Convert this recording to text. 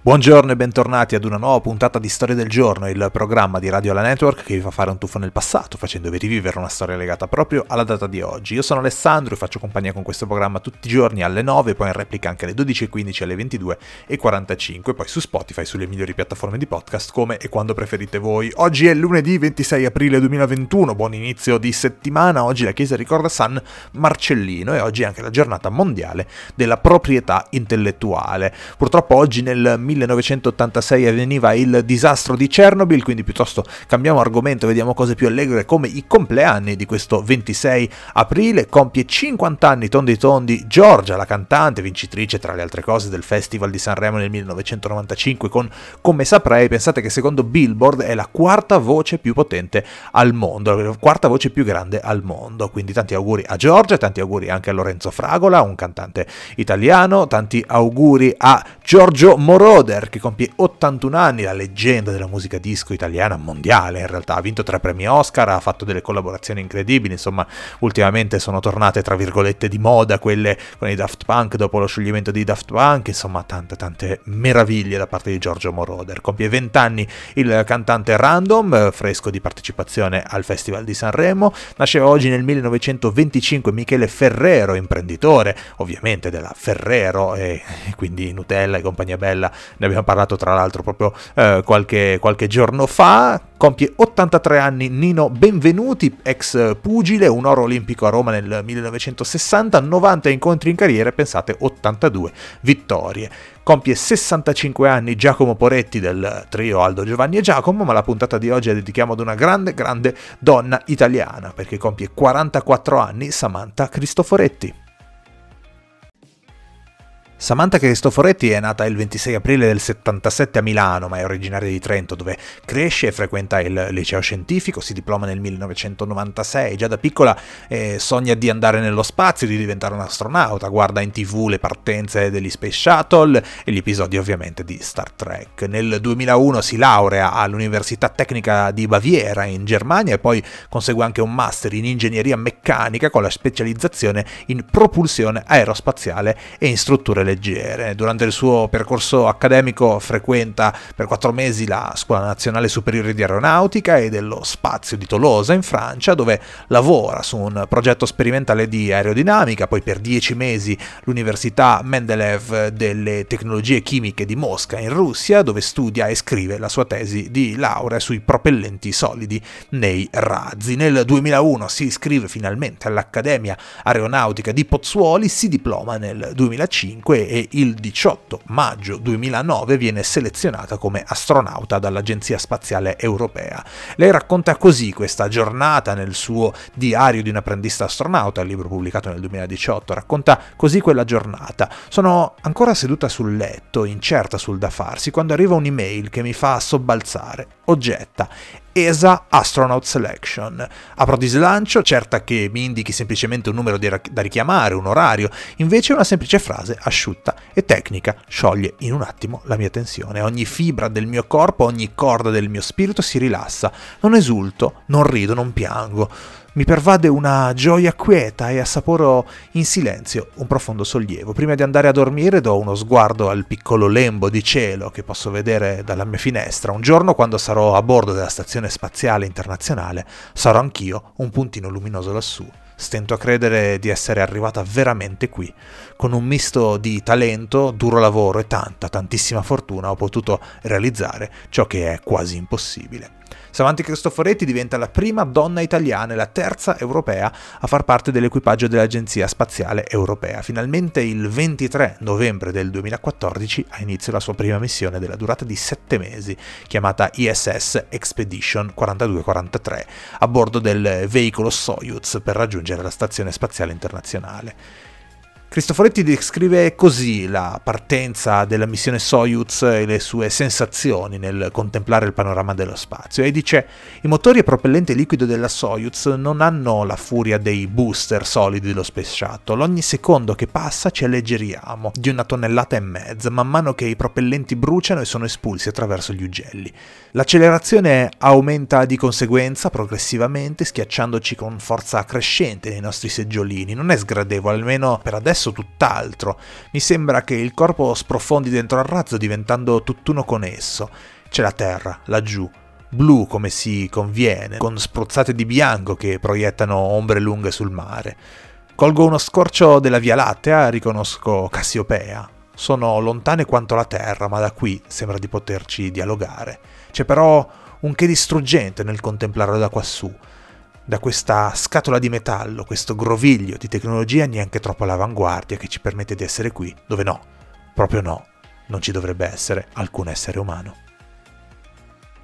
Buongiorno e bentornati ad una nuova puntata di Storia del Giorno, il programma di Radio La Network che vi fa fare un tuffo nel passato, facendovi rivivere una storia legata proprio alla data di oggi. Io sono Alessandro e faccio compagnia con questo programma tutti i giorni alle 9, poi in replica anche alle 12.15, alle 22.45, poi su Spotify, sulle migliori piattaforme di podcast, come e quando preferite voi. Oggi è lunedì 26 aprile 2021, buon inizio di settimana. Oggi la Chiesa ricorda San Marcellino e oggi è anche la giornata mondiale della proprietà intellettuale. Purtroppo oggi nel 1986 avveniva il disastro di Chernobyl, quindi piuttosto cambiamo argomento, vediamo cose più allegre come i compleanni di questo 26 aprile. Compie 50 anni tondi Giorgia, la cantante, vincitrice tra le altre cose del Festival di Sanremo nel 1995 con Come Saprei. Pensate che secondo Billboard è la quarta voce più potente al mondo, la quarta voce più grande al mondo, quindi tanti auguri a Giorgia, tanti auguri anche a Lorenzo Fragola, un cantante italiano, tanti auguri a Giorgio Moroder che compie 81 anni, la leggenda della musica disco italiana mondiale. In realtà ha vinto 3 premi Oscar, ha fatto delle collaborazioni incredibili, insomma ultimamente sono tornate tra virgolette di moda quelle con i Daft Punk dopo lo scioglimento di Daft Punk, insomma tante meraviglie da parte di Giorgio Moroder. Compie 20 anni il cantante Random, fresco di partecipazione al Festival di Sanremo. Nasceva oggi nel 1925 Michele Ferrero, imprenditore ovviamente della Ferrero e quindi Nutella e compagnia bella. Ne abbiamo parlato tra l'altro proprio qualche giorno fa. Compie 83 anni Nino Benvenuti, ex pugile, un oro olimpico a Roma nel 1960, 90 incontri in carriera, pensate 82 vittorie. Compie 65 anni Giacomo Poretti del trio Aldo, Giovanni e Giacomo, ma la puntata di oggi la dedichiamo ad una grande donna italiana, perché compie 44 anni Samantha Cristoforetti. Samantha Cristoforetti è nata il 26 aprile del 77 a Milano, ma è originaria di Trento, dove cresce e frequenta il liceo scientifico, si diploma nel 1996. Già da piccola sogna di andare nello spazio, di diventare un astronauta, guarda in TV le partenze degli Space Shuttle e gli episodi ovviamente di Star Trek. Nel 2001 si laurea all'Università Tecnica di Baviera in Germania e poi consegue anche un master in ingegneria meccanica con la specializzazione in propulsione aerospaziale e in strutture leggere. Durante il suo percorso accademico frequenta per 4 mesi la Scuola Nazionale Superiore di Aeronautica e dello Spazio di Tolosa in Francia, dove lavora su un progetto sperimentale di aerodinamica. Poi per 10 mesi l'Università Mendeleev delle Tecnologie Chimiche di Mosca in Russia, dove studia e scrive la sua tesi di laurea sui propellenti solidi nei razzi. Nel 2001 si iscrive finalmente all'Accademia Aeronautica di Pozzuoli, si diploma nel 2005 e il 18 maggio 2009 viene selezionata come astronauta dall'Agenzia Spaziale Europea. Lei racconta così questa giornata nel suo Diario di un apprendista astronauta, il libro pubblicato nel 2018, racconta così quella giornata. Sono ancora seduta sul letto, incerta sul da farsi, quando arriva un'email che mi fa sobbalzare. Oggetta: ESA Astronaut Selection. Apro di slancio, certa che mi indichi semplicemente un numero da richiamare, un orario, invece una semplice frase asciutta e tecnica scioglie in un attimo la mia tensione. Ogni fibra del mio corpo, ogni corda del mio spirito si rilassa. Non esulto, non rido, non piango. Mi pervade una gioia quieta e assaporo in silenzio un profondo sollievo. Prima di andare a dormire do uno sguardo al piccolo lembo di cielo che posso vedere dalla mia finestra. Un giorno, quando sarò a bordo della Stazione Spaziale Internazionale, sarò anch'io un puntino luminoso lassù. Stento a credere di essere arrivata veramente qui. Con un misto di talento, duro lavoro e tantissima fortuna ho potuto realizzare ciò che è quasi impossibile. Samantha Cristoforetti diventa la prima donna italiana e la terza europea a far parte dell'equipaggio dell'Agenzia Spaziale Europea. Finalmente il 23 novembre del 2014 ha inizio la sua prima missione della durata di 7 mesi, chiamata ISS Expedition 4243, a bordo del veicolo Soyuz per raggiungere la Stazione Spaziale Internazionale. Cristoforetti descrive così la partenza della missione Soyuz e le sue sensazioni nel contemplare il panorama dello spazio e dice: i motori a propellente liquido della Soyuz non hanno la furia dei booster solidi dello Space Shuttle. Ogni secondo che passa ci alleggeriamo di 1,5 tonnellate man mano che i propellenti bruciano e sono espulsi attraverso gli ugelli. L'accelerazione aumenta di conseguenza progressivamente, schiacciandoci con forza crescente nei nostri seggiolini. Non è sgradevole, almeno per adesso adesso tutt'altro. Mi sembra che il corpo sprofondi dentro al razzo diventando tutt'uno con esso. C'è la terra, laggiù, blu come si conviene, con spruzzate di bianco che proiettano ombre lunghe sul mare. Colgo uno scorcio della Via Lattea, riconosco Cassiopea. Sono lontane quanto la terra, ma da qui sembra di poterci dialogare. C'è però un che distruggente nel contemplarlo da quassù. Da questa scatola di metallo, questo groviglio di tecnologia neanche troppo all'avanguardia che ci permette di essere qui, dove no, proprio no, non ci dovrebbe essere alcun essere umano.